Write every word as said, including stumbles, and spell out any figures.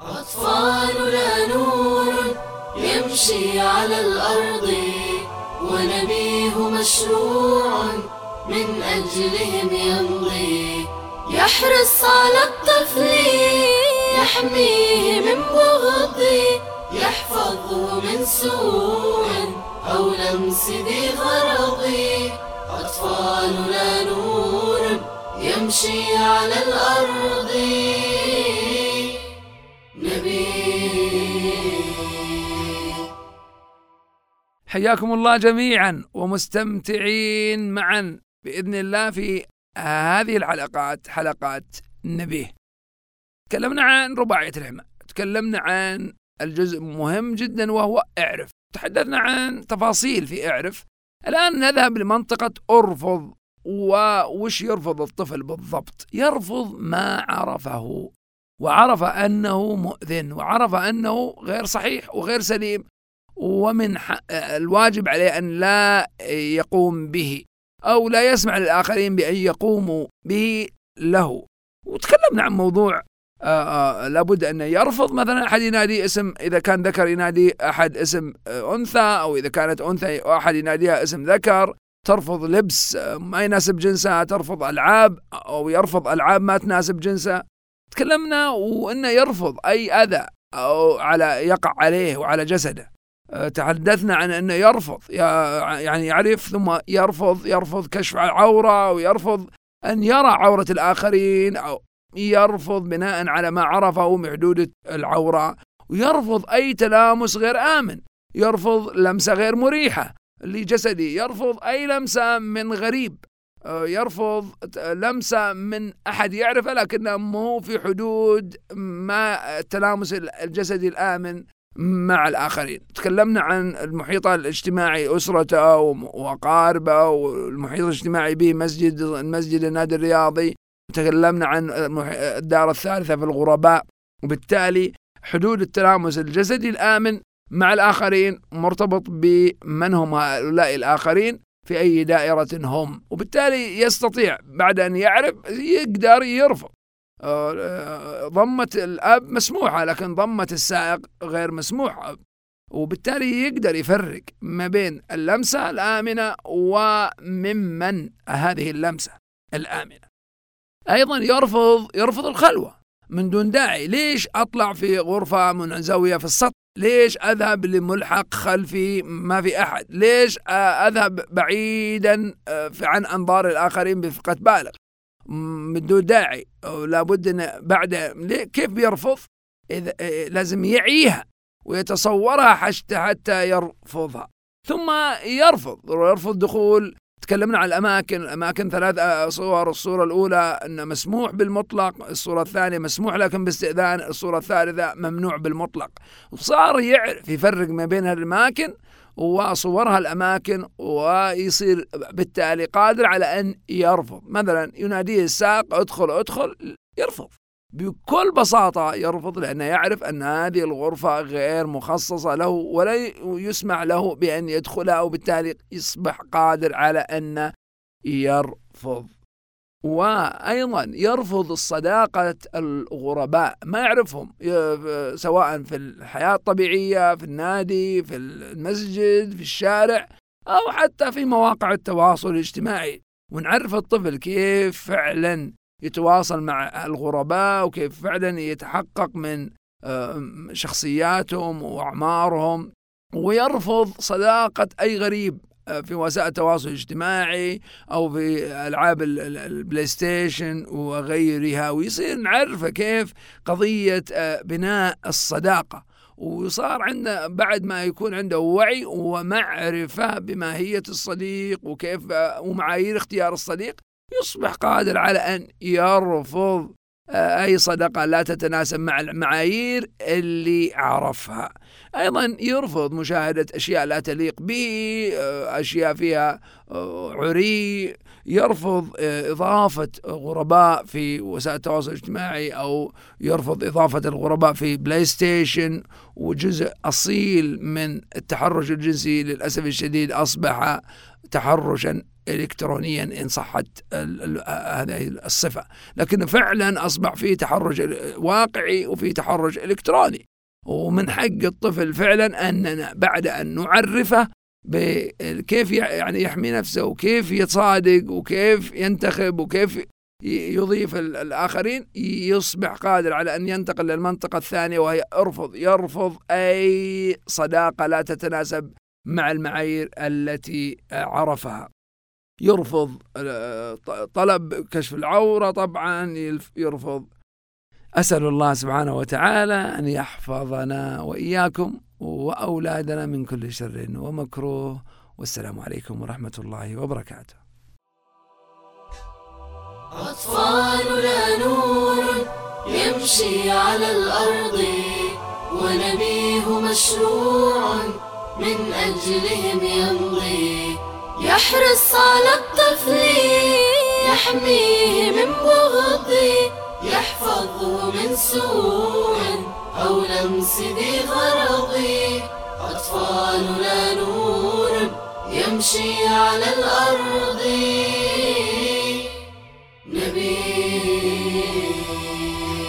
أطفالنا نور يمشي على الأرض، ونبيه مشروع من أجلهم يمضي. يحرص على الطفل يحميه من بغض، يحفظه من سوء أو لمس ذي غرض. أطفالنا نور يمشي على الأرض، حياكم الله جميعا ومستمتعين معا بإذن الله في هذه الحلقات، حلقات نبيه. تكلمنا عن رباعية الحمى، تكلمنا عن الجزء مهم جدا وهو اعرف، تحدثنا عن تفاصيل في اعرف. الآن نذهب لمنطقة ارفض. وش يرفض الطفل بالضبط؟ يرفض ما عرفه، وعرف أنه مؤذن، وعرف أنه غير صحيح وغير سليم، ومن الواجب عليه أن لا يقوم به أو لا يسمع للآخرين بأن يقوموا به له. وتكلمنا عن موضوع آآ آآ لابد أن يرفض مثلا أحد ينادي اسم، إذا كان ذكر ينادي أحد اسم أنثى، أو إذا كانت أنثى أحد يناديها اسم ذكر، ترفض لبس ما يناسب جنسها، ترفض ألعاب أو يرفض ألعاب ما تناسب جنسها. تكلمنا وأنه يرفض أي أذى أو على يقع عليه وعلى جسده. تحدثنا عن أنه يرفض يعني يعرف ثم يرفض يرفض كشف العورة، ويرفض أن يرى عورة الآخرين، أو يرفض بناء على ما عرفه من حدود العورة، ويرفض أي تلامس غير آمن، يرفض لمسة غير مريحة لجسدي، يرفض أي لمسة من غريب، يرفض لمسة من أحد يعرفه لكنه مو في حدود ما التلامس الجسدي الآمن مع الآخرين. تكلمنا عن المحيط الاجتماعي، أسرته وأقاربه، والمحيط الاجتماعي به مسجد المسجد النادي الرياضي. تكلمنا عن الدار الثالثة في الغرباء. وبالتالي حدود التلامس الجسدي الآمن مع الآخرين مرتبط بمن هم هؤلاء الآخرين في أي دائرة هم، وبالتالي يستطيع بعد أن يعرف يقدر يرفض. ضمة الأب مسموحة لكن ضمة السائق غير مسموحة، وبالتالي يقدر يفرق ما بين اللمسة الآمنة وممن هذه اللمسة الآمنة. أيضا يرفض يرفض الخلوة من دون داعي. ليش أطلع في غرفة منزوية في السطح؟ ليش أذهب لملحق خلفي ما في أحد؟ ليش أذهب بعيدا عن أنظار الآخرين بثقة بالغ من دون داعي؟ لابد أن بعد كيف بيرفض؟ إذا لازم يعيها ويتصورها حتى حتى يرفضها. ثم يرفض يرفض دخول. تكلمنا عن الأماكن الأماكن ثلاث صور. الصورة الأولى أنه مسموح بالمطلق، الصورة الثانية مسموح لكن باستئذان، الصورة الثالثة ممنوع بالمطلق. وصار يعرف يفرق ما بين الأماكن وصورها الأماكن، ويصير بالتالي قادر على أن يرفض. مثلا يناديه السائق ادخل ادخل، يرفض بكل بساطة، يرفض لأنه يعرف أن هذه الغرفة غير مخصصة له ولا يسمح له بأن يدخلها، وبالتالي يصبح قادر على أن يرفض. وأيضا يرفض الصداقة الغرباء، ما يعرفهم سواء في الحياة الطبيعية، في النادي، في المسجد، في الشارع، أو حتى في مواقع التواصل الاجتماعي. ونعرف الطفل كيف فعلا يتواصل مع الغرباء، وكيف فعلا يتحقق من شخصياتهم وأعمارهم. ويرفض صداقة أي غريب في وسائل التواصل الاجتماعي أو في ألعاب البلاي ستيشن وغيرها. ويصير نعرف كيف قضية بناء الصداقة، وصار عنده بعد ما يكون عنده وعي ومعرفة بماهية الصديق وكيف ومعايير اختيار الصديق، يصبح قادر على أن يرفض أي صداقة لا تتناسب مع المعايير اللي عرفها. أيضا يرفض مشاهدة أشياء لا تليق به، أشياء فيها عري، يرفض إضافة غرباء في وسائل التواصل الاجتماعي، أو يرفض إضافة الغرباء في بلاي ستيشن. وجزء أصيل من التحرش الجنسي للأسف الشديد أصبح تحرشا إلكترونيا إن صحت هذه الصفة، لكن فعلا أصبح في تحرش واقعي وفي تحرش إلكتروني. ومن حق الطفل فعلا أننا بعد أن نعرفه بكيف يعني يحمي نفسه وكيف يتصادق وكيف ينتخب وكيف يضيف الآخرين، يصبح قادر على أن ينتقل للمنطقة الثانية، وهي ارفض يرفض أي صداقة لا تتناسب مع المعايير التي عرفها. يرفض طلب كشف العورة، طبعا يرفض. أسأل الله سبحانه وتعالى أن يحفظنا وإياكم وأولادنا من كل شر ومكروه. والسلام عليكم ورحمة الله وبركاته. أطفالنا نور يمشي على الأرض، ونبيه مشروع من أجلهم يمضي. يحرص على الطفل يحميه من بغض، يحفظه من سوء أو لمس ذي غرض. أطفالنا نور يمشي على الأرض، نبي